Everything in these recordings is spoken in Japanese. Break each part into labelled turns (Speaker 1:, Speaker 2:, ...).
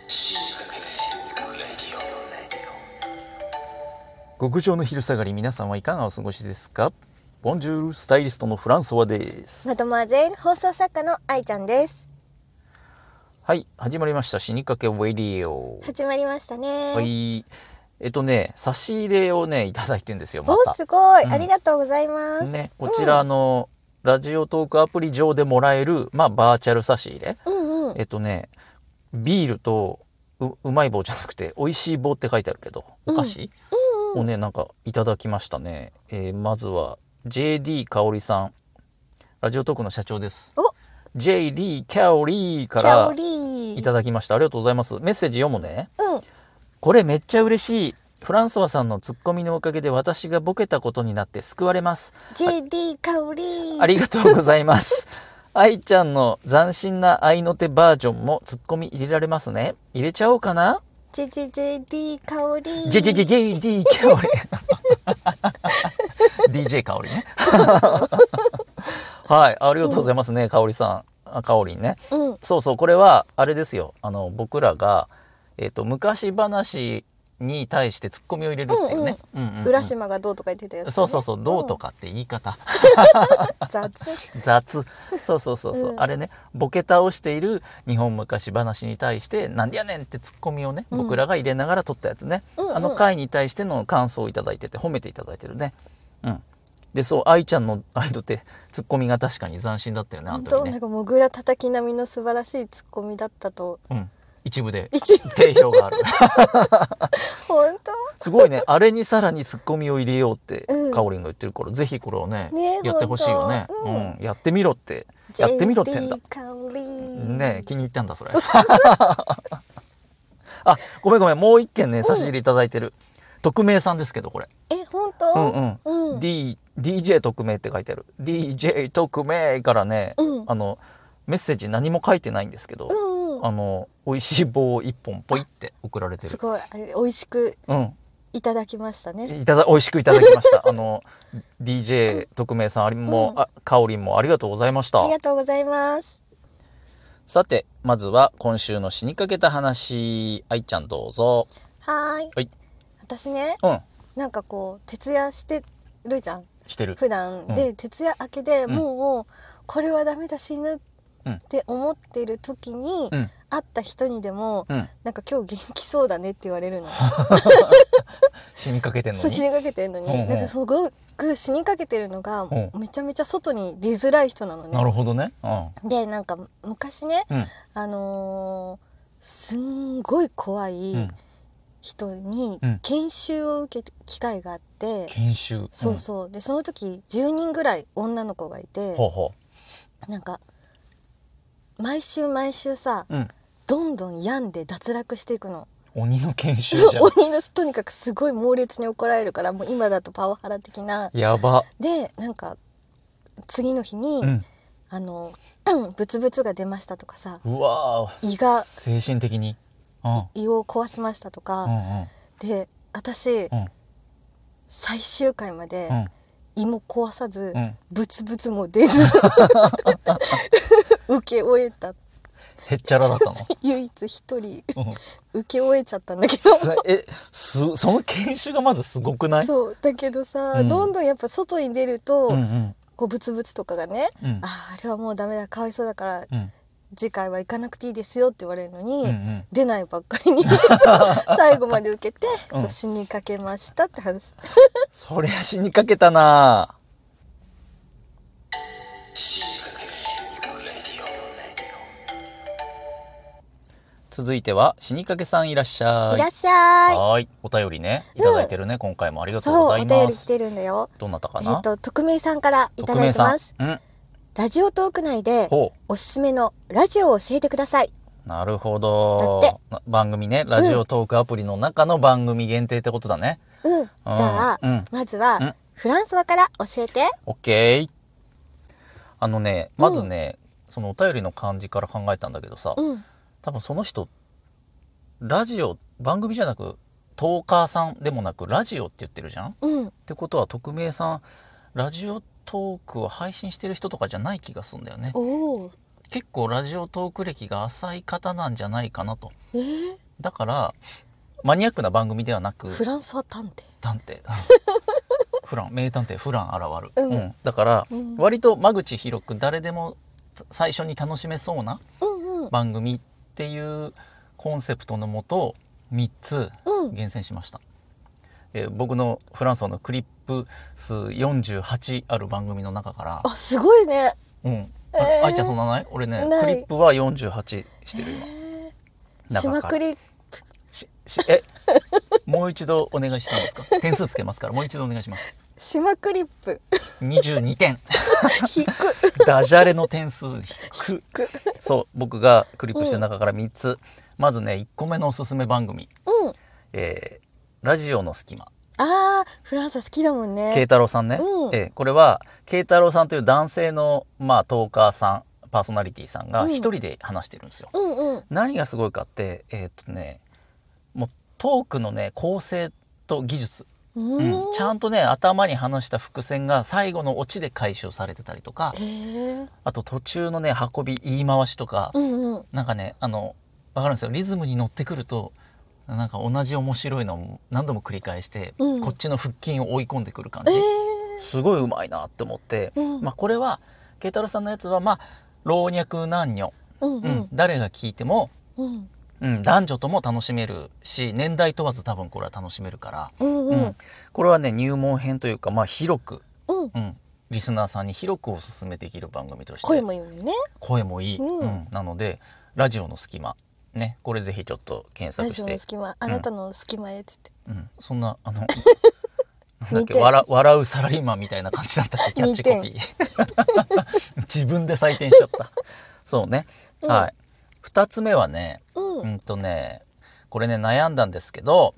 Speaker 1: 極上の昼下がり、皆さんはいかがお過ごしですか？ボンジュール、スタイリストのフランソワです。
Speaker 2: マドモアゼル、放送作家の愛ちゃんです。
Speaker 1: はい、始まりました死にかけウェディオ。
Speaker 2: 始まりましたね。
Speaker 1: はい、差し入れをねいただいてるんですよ。また
Speaker 2: お、すごい、ありがとうございます
Speaker 1: ね。こちらラジオトークアプリ上でもらえるバーチャル差し入れ、ビールとうまい棒じゃなくて美味しい棒って書いてあるけどお菓子、をねなんかいただきましたね。まずは JD 香織さん、ラジオトークの社長です。JD 香織からいただきました。ありがとうございます。メッセージ読むね。これめっちゃ嬉しい。フランソワさんのツッコミのおかげで私がボケたことになって救われます。
Speaker 2: JD 香織、
Speaker 1: ありがとうございます。愛ちゃんの斬新な愛の手バージョンもツッコミ入れられますね。入れちゃおうかな。
Speaker 2: JD 香織、
Speaker 1: JD 香織DJ 香織ねはい、ありがとうございますね、香織さん。香織ね、そうそう、これはあれですよ、僕らが昔話に対してツッコミを入れるっていうね。
Speaker 2: 浦島がどうとか言ってたやつ、ね、
Speaker 1: そうそうそう、どうとかって言い方
Speaker 2: 雑
Speaker 1: そう、あれね、ボケ倒している日本昔話に対してなんでやねんってツッコミをね、僕らが入れながら撮ったやつね。あの回に対しての感想をいただいてて褒めていただいてるね。で、そう、愛ちゃんの愛の手ツッコミが確かに斬新だったよね。
Speaker 2: 本当、なんかもぐら叩き並みの素晴らしいツッコミだったと、
Speaker 1: 一部で定評がある
Speaker 2: 本当
Speaker 1: すごいね。あれにさらにツッコミを入れようってかおりんが言ってるから、ぜひこれをねやってほしいよね。やってみろってやってみろってんだね。気に入ったんだそれあ、ごめん、もう一件ね差し入れいただいてる。匿名さんですけど、これ
Speaker 2: 本当
Speaker 1: DJ 匿名って書いてある。 DJ 匿名からね、メッセージ何も書いてないんですけど、美味しい棒を一本ポイって送られてる。
Speaker 2: すごい、あれ美味しくいただきましたね。
Speaker 1: 美味しくいただきましたDJ 匿名さんもかおりんもありがとうございました。
Speaker 2: ありがとうございます。
Speaker 1: さて、まずは今週の死にかけた話、愛ちゃんどうぞ。
Speaker 2: はい。私ね、なんかこう徹夜してるじゃん。
Speaker 1: してる。
Speaker 2: 普段で、徹夜明けでもうこれはダメだ、死ぬって思ってる時に、会った人にでも、なんか今日元気そうだねって言われるの。
Speaker 1: 死にかけてんのに。
Speaker 2: そう、死にかけてんのに、なんかすごく死にかけてるのが、めちゃめちゃ外に出づらい人なのね。
Speaker 1: なるほどね。
Speaker 2: で、なんか昔ね、すんごい怖い人に研修を受ける機会があって、
Speaker 1: 研修、
Speaker 2: そうで、その時10人ぐらい女の子がいて、なんか毎週さ、どんどん病んで脱落していくの。
Speaker 1: 鬼の研修じゃん。
Speaker 2: 鬼の、とにかくすごい猛烈に怒られるから、もう今だとパワハラ的な。
Speaker 1: やば。
Speaker 2: で、なんか次の日に、ブツブツが出ましたとかさ、
Speaker 1: うわー、
Speaker 2: 胃が
Speaker 1: 精神的に
Speaker 2: 胃を壊しましたとか、で、私、最終回まで胃も壊さず、ブツブツも出ず受け終えた。
Speaker 1: へっちゃらだったの
Speaker 2: 唯一一人受け終えちゃったんだけど
Speaker 1: その研修がまずすごくない？
Speaker 2: そうだけどさ、どんどんやっぱ外に出ると、こうブツブツとかがね、あれはもうダメだ、かわいそうだから、次回は行かなくていいですよって言われるのに、出ないばっかりに最後まで受けて、そう死にかけましたって話
Speaker 1: そりゃ死にかけたな。続いては死にかけさん、いらっしゃい。
Speaker 2: いらっしゃい。
Speaker 1: はい、お便りねいただいてるね、今回もありがとうございます。
Speaker 2: そう、お便り来てるんだよ。
Speaker 1: どなたかな？
Speaker 2: 匿名さんからいただいてます。ラジオトーク内でおすすめのラジオを教えてください。
Speaker 1: なるほど。番組ね、ラジオトークアプリの中の番組限定ってことだね。
Speaker 2: じゃあ、まずはフランス語から教えて。
Speaker 1: オッケー。まずね、そのお便りの感じから考えたんだけどさ、多分その人ラジオ番組じゃなくトーカーさんでもなくラジオって言ってるじゃん。ってことは匿名さん、ラジオトークを配信してる人とかじゃない気がするんだよね。 結構ラジオトーク歴が浅い方なんじゃないかなと。
Speaker 2: ー、
Speaker 1: だからマニアックな番組ではなく、
Speaker 2: フランスは探偵
Speaker 1: フラン名探偵フラン現る、
Speaker 2: うん
Speaker 1: だから
Speaker 2: うん
Speaker 1: 割と間口広く誰でも最初に楽しめそうな
Speaker 2: うんうん
Speaker 1: 番組っていうコンセプトのもと3つ
Speaker 2: うん
Speaker 1: 厳選しました。僕のフランソのクリップ数48ある番組の中から、
Speaker 2: あ、すごいね。
Speaker 1: 愛ちゃんそんなない俺ね、
Speaker 2: ない
Speaker 1: クリップは48してる今。
Speaker 2: しまくり
Speaker 1: もう一度お願いしていいですか？点数つけますからもう一度お願いします。
Speaker 2: しまクリップ
Speaker 1: 22点
Speaker 2: 引く
Speaker 1: ダジャレの点数低く。そう僕がクリップしてる中から3つ、まずね1個目のおすすめ番組、ラジオの隙間。
Speaker 2: フランス好きだもんね。
Speaker 1: 慶太郎さんね、これは慶太郎さんという男性のトーカーさんパーソナリティさんが一人で話してるんですよ。何がすごいかってもうトークのね構成と技術、ちゃんとね頭に話した伏線が最後のオチで回収されてたりとか、あと途中のね運び言い回しとか、なんかね分かるんですよ。リズムに乗ってくるとなんか同じ面白いのを何度も繰り返して、こっちの腹筋を追い込んでくる感じ、すごいうまいなって思って、これは慶太郎さんのやつは老若男女、誰が聞いても、男女とも楽しめるし年代問わず多分これは楽しめるから、これはね入門編というか広く、リスナーさんに広くおすすめできる番組として
Speaker 2: 声もいいよね。
Speaker 1: 声もいい、なのでラジオの隙間ね、これぜひちょっと検索して、
Speaker 2: ラジオの隙間、あなたの隙間へっつって、
Speaker 1: そんななんだっけ笑うサラリーマンみたいな感じだったっけキャッチコピー自分で採点しちゃったそうね、はい。2つ目はね、これね悩んだんですけど、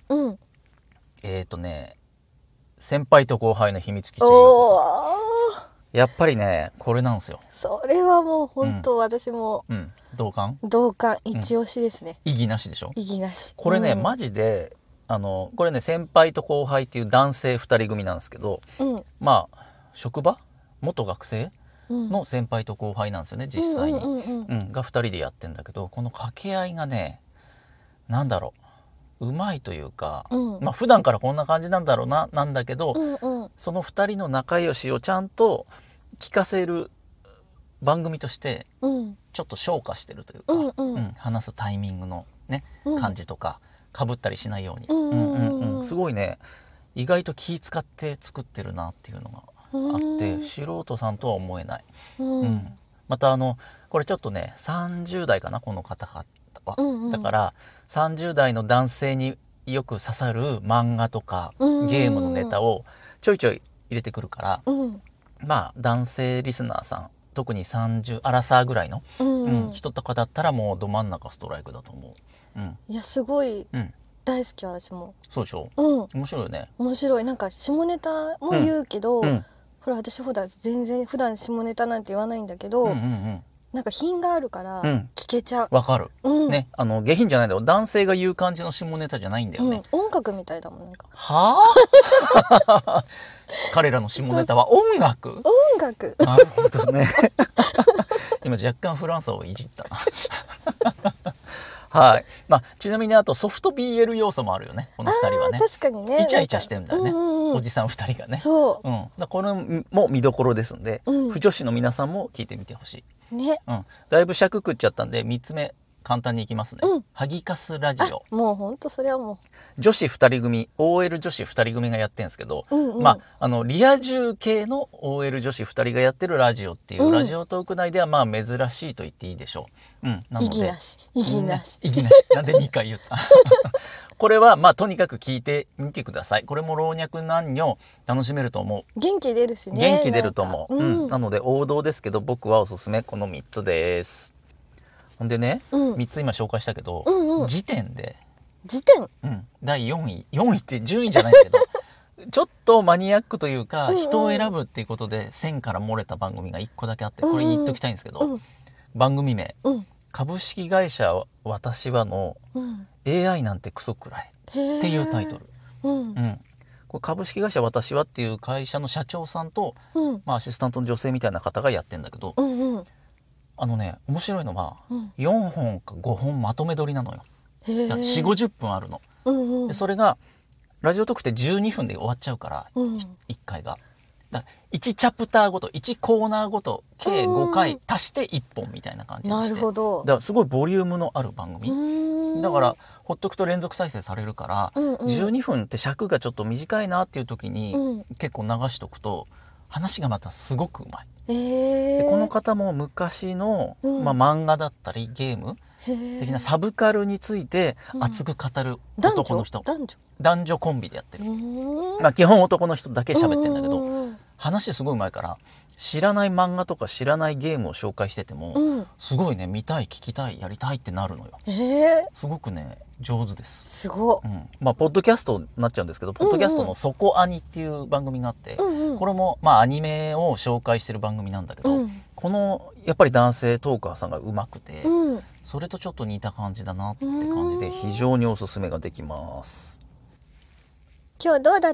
Speaker 1: 先輩と後輩の秘密基地。やっぱりねこれなんですよ。
Speaker 2: それはもう本当、私も、
Speaker 1: 同感
Speaker 2: 一押しですね。
Speaker 1: 異議なしでしょ。
Speaker 2: 異議なし。
Speaker 1: これね、マジでこれね先輩と後輩っていう男性2人組なんですけど、職場元学生の先輩と後輩なんですよね実際に、が2人でやってんだけど、この掛け合いがねなんだろう、うまいというか、普段からこんな感じなんだろうな、なんだけど、その2人の仲良しをちゃんと聞かせる番組としてちょっと昇華してるというか、話すタイミングのね、感じとかかぶったりしないように、すごいね意外と気使って作ってるなっていうのがあって、素人さんとは思えない、またこれちょっとね30代かなこの方は、だから30代の男性によく刺さる漫画とかゲームのネタをちょいちょい入れてくるから、男性リスナーさん特に30アラサーぐらいの、人とかだったらもうど真ん中ストライクだと思う。
Speaker 2: いやすごい大好き、私も。
Speaker 1: そうでしょ。面白いよね。
Speaker 2: 面白い。なんか下ネタも言うけど、ほら私全然普段下ネタなんて言わないんだけど、なんか品があるから聞けちゃう。
Speaker 1: わかる。ね、下品じゃないんだよ。男性が言う感じの下ネタじゃないんだよね。
Speaker 2: 音楽みたいだもん。なんか。
Speaker 1: はあ。彼らの下ネタは音楽。
Speaker 2: 音楽。
Speaker 1: なるほどね。今若干フランスをいじったな。はい。ちなみにあとソフト BL 要素もあるよね。この2人はね。
Speaker 2: 確かにね。
Speaker 1: イチャイチャしてんだよね。おじさん2人がね。
Speaker 2: そう。
Speaker 1: これも見どころですんで、不女子の皆さんも聞いてみてほしい。
Speaker 2: ね。
Speaker 1: だいぶ尺食っちゃったんで3つ目簡単にいきますね。ハギカスラジオ。
Speaker 2: もう本当それはも
Speaker 1: う女子2人組 OL 女子2人組がやってるんですけど、リア充系の OL 女子2人がやってるラジオっていうラジオトーク内では珍しいと言っていいでしょう。なので
Speaker 2: 意義なし意義なし
Speaker 1: 意義なしなんで2回言ったこれはとにかく聞いてみてください。これも老若男女楽しめると思う。
Speaker 2: 元気出るしね。
Speaker 1: 元気出ると思う。なので王道ですけど僕はおすすめこの3つです。ほんでね、3つ今紹介したけど、時点第4位って順位じゃないんだけどちょっとマニアックというか、人を選ぶっていうことで線から漏れた番組が1個だけあって、これ言っときたいんですけど、番組名、株式会社私はの AI なんてクソくらいっていうタイトル。これ株式会社私はっていう会社の社長さんと、アシスタントの女性みたいな方がやってんだけど、 面白いのは、
Speaker 2: うん、
Speaker 1: 4本か5本まとめ撮りなのよ。
Speaker 2: へえ。
Speaker 1: 4、50分あるの。
Speaker 2: うんうん、
Speaker 1: でそれがラジオトークって12分で終わっちゃうから、
Speaker 2: うん、
Speaker 1: 1回が。だから1チャプターごと1コーナーごと計5回足して1本みたいな感じにして、
Speaker 2: なるほど。
Speaker 1: だからすごいボリュームのある番組だからほっとくと連続再生されるから、
Speaker 2: うんうん、
Speaker 1: 12分って尺がちょっと短いなっていう時に、
Speaker 2: うん、
Speaker 1: 結構流しとくと話がまたすごくうまい。
Speaker 2: へえ。
Speaker 1: でこの方も昔の、
Speaker 2: うん、
Speaker 1: 漫画だったりゲーム的なサブカルについて熱く語る男の人、男女コンビでやってる。基本男の人だけ喋ってんだけど、話すごいうまいから、知らない漫画とか知らないゲームを紹介してても、すごいね、見たい聞きたいやりたいってなるのよ。すごくね上手です。
Speaker 2: すご
Speaker 1: い。ポッドキャストになっちゃうんですけど、ポッドキャストの「そこアニ」っていう番組があって、これもアニメを紹介してる番組なんだけど、このやっぱり男性トーカーさんがうまくて、それとちょっと似た感じだなって感じで非常におすすめができます。
Speaker 2: 今日どうだった？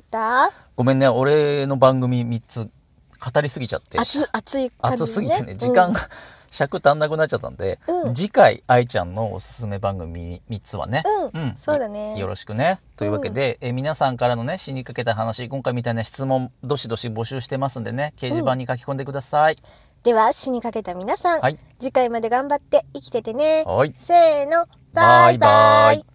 Speaker 1: ごめんね、俺の番組3つ語りすぎちゃって
Speaker 2: 熱い感じ、ね、
Speaker 1: 熱すぎてね、時間が、尺足んなくなっちゃったんで、次回愛ちゃんのおすすめ番組3つはね、
Speaker 2: そうだね、
Speaker 1: よろしくね。というわけで、皆さんからのね死にかけた話、今回みたいな質問どしどし募集してますんでね、掲示板に書き込んでください。
Speaker 2: では死にかけた皆さん、次回まで頑張って生きててね。
Speaker 1: はい、
Speaker 2: せーの、バイバイ。